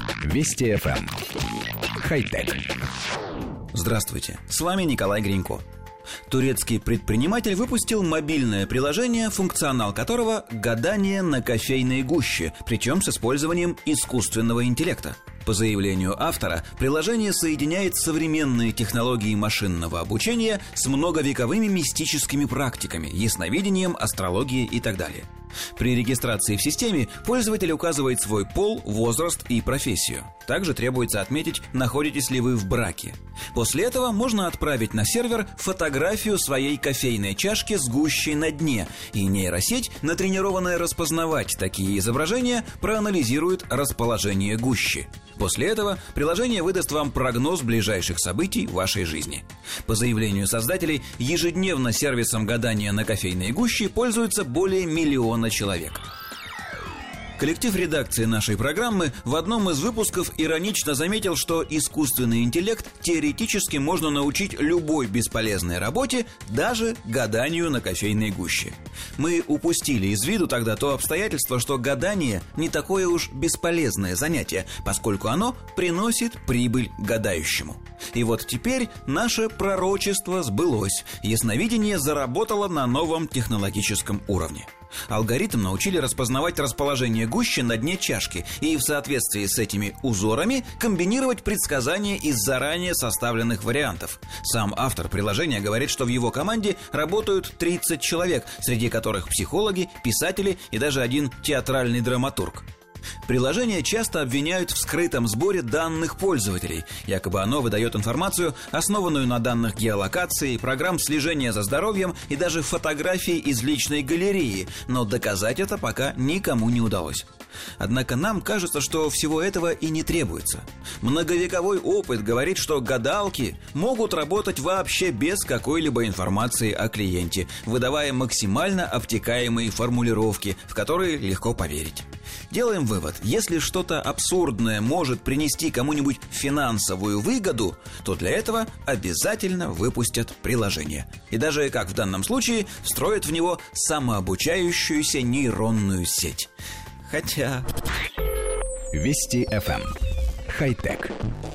Вести ФМ. Хай-тек. Здравствуйте, с вами Николай Гринько. Турецкий предприниматель выпустил мобильное приложение, функционал которого – гадание на кофейной гуще, причем с использованием искусственного интеллекта. По заявлению автора, приложение соединяет современные технологии машинного обучения с многовековыми мистическими практиками, ясновидением, астрологией и так далее. При регистрации в системе пользователь указывает свой пол, возраст и профессию. Также требуется отметить, находитесь ли вы в браке. После этого можно отправить на сервер фотографию своей кофейной чашки с гущей на дне, и нейросеть, натренированная распознавать такие изображения, проанализирует расположение гущи. После этого приложение выдаст вам прогноз ближайших событий в вашей жизни. По заявлению создателей, ежедневно сервисом гадания на кофейной гуще пользуется более 1 миллиона человек. Коллектив редакции нашей программы в одном из выпусков иронично заметил, что искусственный интеллект теоретически можно научить любой бесполезной работе, даже гаданию на кофейной гуще. Мы упустили из виду тогда то обстоятельство, что гадание не такое уж бесполезное занятие, поскольку оно приносит прибыль гадающему. И вот теперь наше пророчество сбылось. Ясновидение заработало на новом технологическом уровне. Алгоритм научили распознавать расположение гущи на дне чашки и в соответствии с этими узорами комбинировать предсказания из заранее составленных вариантов. Сам автор приложения говорит, что в его команде работают 30 человек, среди которых психологи, писатели и даже один театральный драматург. Приложение часто обвиняют в скрытом сборе данных пользователей. Якобы оно выдает информацию, основанную на данных геолокации, программ слежения за здоровьем и даже фотографии из личной галереи, но доказать это пока никому не удалось. Однако нам кажется, что всего этого и не требуется. Многовековой опыт говорит, что гадалки могут работать вообще без какой-либо информации о клиенте, выдавая максимально обтекаемые формулировки, в которые легко поверить. Делаем вывод: если что-то абсурдное может принести кому-нибудь финансовую выгоду, то для этого обязательно выпустят приложение. И даже, как в данном случае, встроят в него самообучающуюся нейронную сеть. Хотя... Вести ФМ. Хай-тек.